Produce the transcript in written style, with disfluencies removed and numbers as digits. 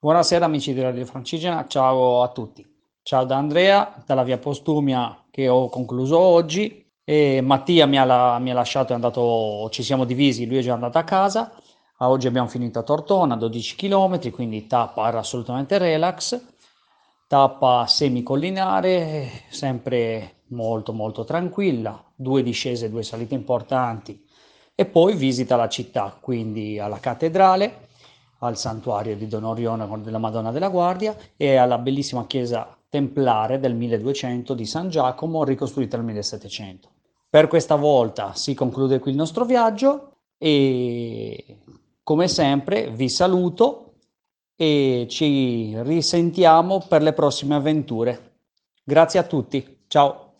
Buonasera amici di Radio Francigena, ciao a tutti. Ciao da Andrea, dalla via Postumia che ho concluso oggi e Mattia mi ha lasciato, ci siamo divisi, lui è già andato a casa. Oggi abbiamo finito a Tortona, 12 km, quindi tappa era assolutamente relax, tappa semicollinare, sempre molto molto tranquilla, due discese, due salite importanti e poi visita la città, quindi alla cattedrale, al santuario di Don Orione della Madonna della Guardia e alla bellissima chiesa templare del 1200 di San Giacomo, ricostruita nel 1700. Per questa volta si conclude qui il nostro viaggio e come sempre vi saluto e ci risentiamo per le prossime avventure. Grazie a tutti, ciao!